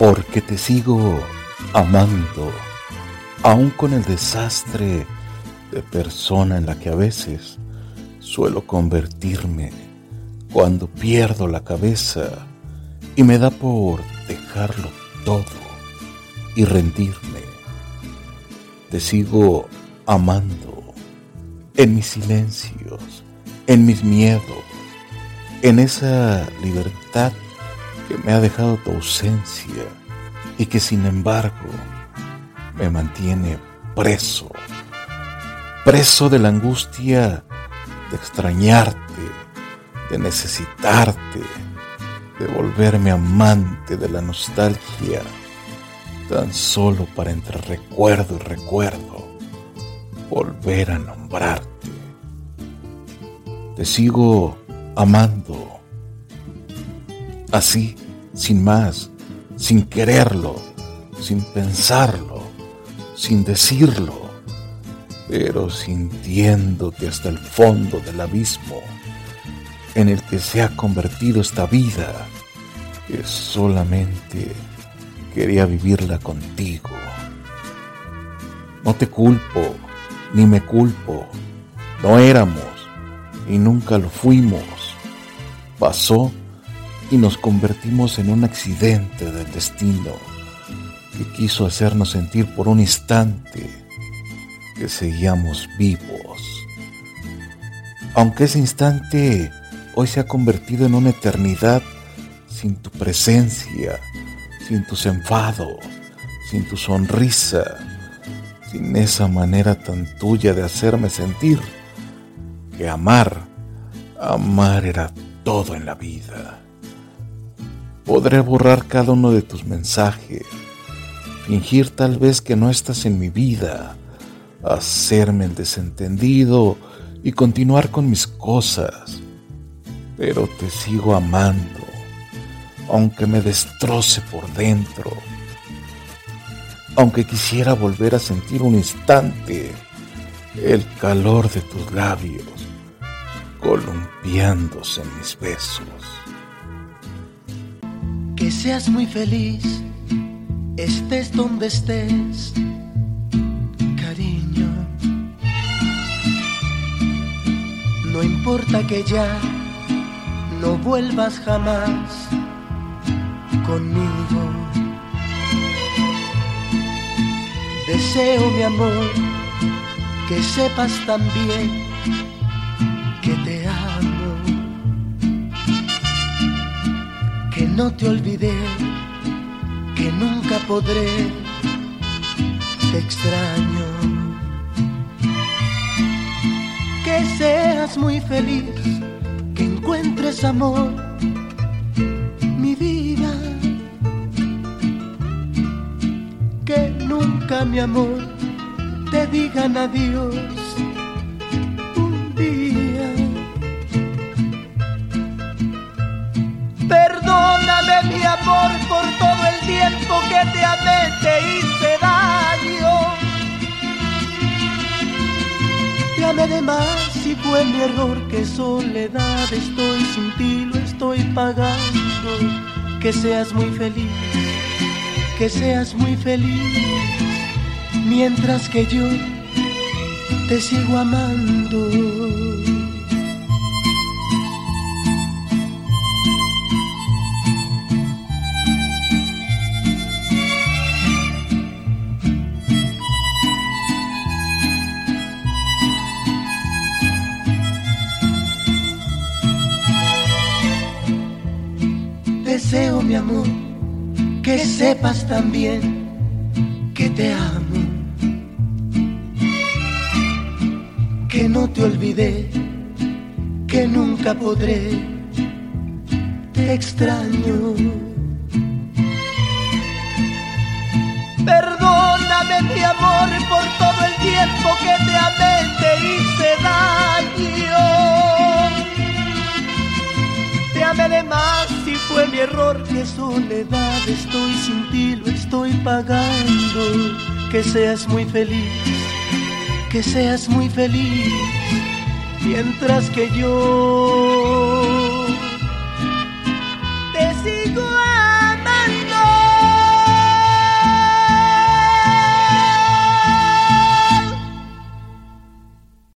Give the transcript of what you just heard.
porque te sigo amando, aun con el desastre de persona en la que a veces suelo convertirme cuando pierdo la cabeza y me da por dejarlo todo y rendirme. Te sigo amando en mis silencios, en mis miedos, en esa libertad que me ha dejado tu ausencia y que sin embargo me mantiene preso de la angustia de extrañarte, de necesitarte, de volverme amante de la nostalgia, tan solo para entre recuerdo y recuerdo volver a nombrarte. Te sigo amando, así, sin más, sin quererlo, sin pensarlo, sin decirlo, pero sintiéndote hasta el fondo del abismo en el que se ha convertido esta vida, que solamente quería vivirla contigo. No te culpo, ni me culpo, no éramos y nunca lo fuimos. Pasó y nos convertimos en un accidente del destino que quiso hacernos sentir por un instante que seguíamos vivos. Aunque ese instante hoy se ha convertido en una eternidad sin tu presencia, sin tus enfados, sin tu sonrisa, sin esa manera tan tuya de hacerme sentir que amar era todo en la vida. Podré borrar cada uno de tus mensajes, fingir tal vez que no estás en mi vida, hacerme el desentendido y continuar con mis cosas, pero te sigo amando, aunque me destroce por dentro, aunque quisiera volver a sentir un instante el calor de tus labios columpiándose en mis besos. Que seas muy feliz, estés donde estés, cariño. No importa que ya no vuelvas jamás conmigo. Deseo, mi amor, que sepas también que te amo, que no te olvidé, que nunca podré, te extraño. Que seas muy feliz, que encuentres amor, mi vida. Que nunca, mi amor, te digan adiós un día. Perdóname, mi amor, por todo el tiempo que te amé, te hice daño. Te amé de más y fue mi error, que soledad estoy sin ti, lo estoy pagando. Que seas muy feliz, que seas muy feliz, mientras que yo te sigo amando. Deseo, mi amor, que sepas también que te amo, que no te olvidé, que nunca podré, te extraño. Perdóname, mi amor, por todo el tiempo que te amé, te hice daño. Te amé de más y fue mi error, que soledad estoy sin ti, lo estoy pagando. Que seas muy feliz, que seas muy feliz, mientras que yo